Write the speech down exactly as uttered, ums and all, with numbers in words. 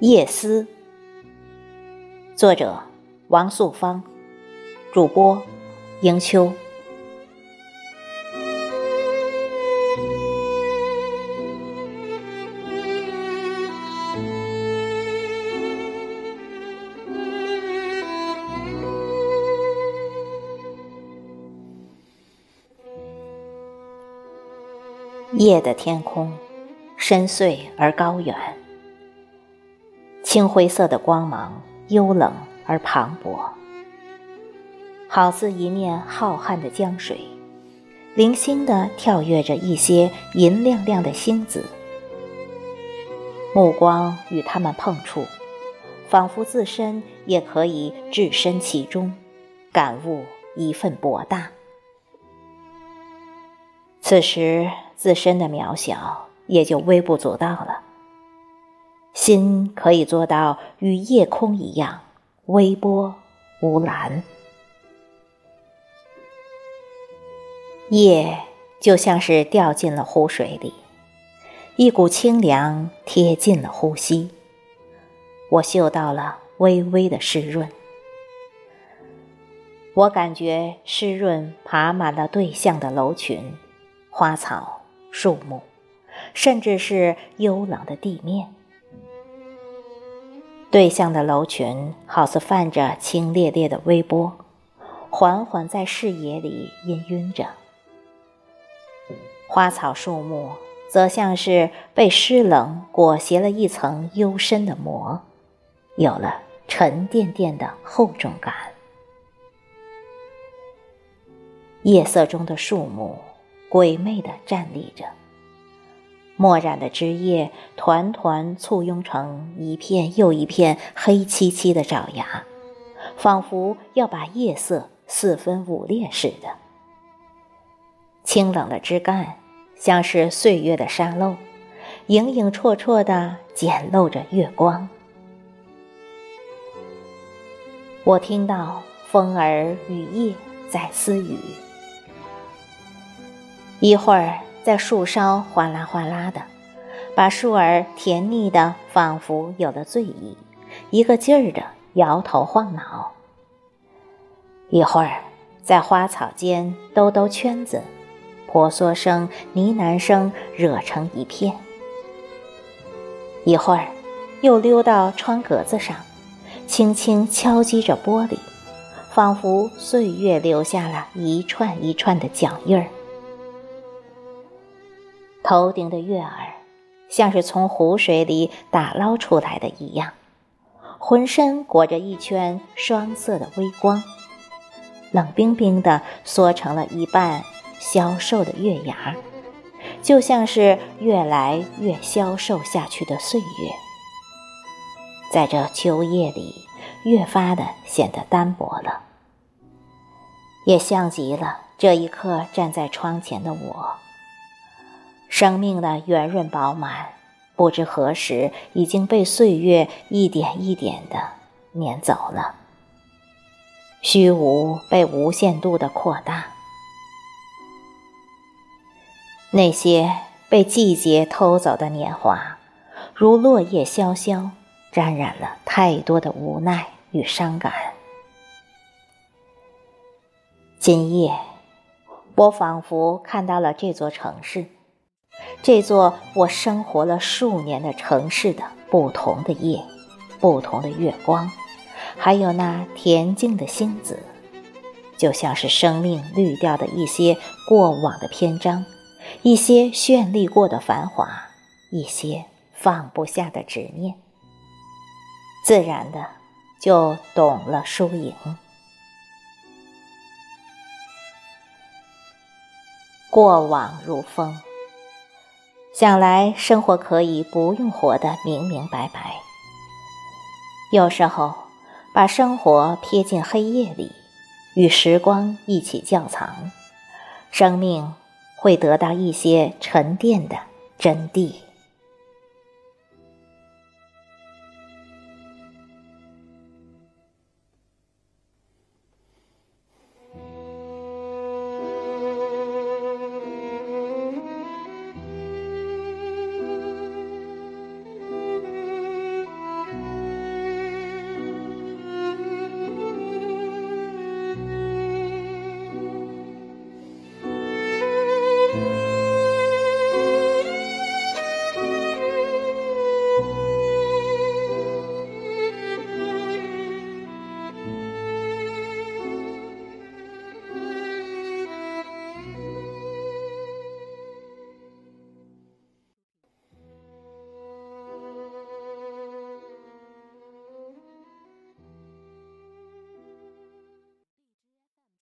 夜思，作者王素芳，主播迎秋。夜的天空深邃而高远，青灰色的光芒幽冷而磅礴，好似一面浩瀚的江水，零星地跳跃着一些银亮亮的星子。目光与它们碰触，仿佛自身也可以置身其中，感悟一份博大。此时自身的渺小也就微不足道了，心可以做到与夜空一样微波无澜。夜就像是掉进了湖水里，一股清凉贴近了呼吸，我嗅到了微微的湿润。我感觉湿润爬满了对象的楼群、花草、树木，甚至是幽冷的地面。对向的楼群好似泛着清冽冽的微波，缓缓在视野里氤氲着。花草树木则像是被湿冷裹挟了一层幽深的膜，有了沉甸甸的厚重感。夜色中的树木鬼魅地站立着，墨染的枝叶团团簇拥成一片又一片黑漆漆的爪牙，仿佛要把夜色四分五裂似的。清冷的枝干像是岁月的沙漏，影影绰绰地简露着月光。我听到风儿与叶在私语，一会儿在树梢哗啦哗啦的，把树儿甜腻的仿佛有了醉意，一个劲儿的摇头晃脑。一会儿在花草间兜兜圈子，婆娑声、呢喃声惹成一片。一会儿又溜到窗格子上，轻轻敲击着玻璃，仿佛岁月留下了一串一串的脚印儿。头顶的月儿像是从湖水里打捞出来的一样，浑身裹着一圈双色的微光，冷冰冰地缩成了一半消瘦的月牙，就像是越来越消瘦下去的岁月，在这秋夜里越发的显得单薄了，也像极了这一刻站在窗前的我。生命的圆润饱满，不知何时已经被岁月一点一点地撵走了，虚无被无限度地扩大。那些被季节偷走的年华，如落叶萧萧，沾染了太多的无奈与伤感。今夜，我仿佛看到了这座城市，这座我生活了数年的城市的不同的夜，不同的月光，还有那恬静的星子，就像是生命滤掉的一些过往的篇章，一些绚丽过的繁华，一些放不下的执念，自然的就懂了输赢。过往如风，想来生活可以不用活得明明白白。有时候把生活瞥进黑夜里，与时光一起窖藏，生命会得到一些沉淀的真谛。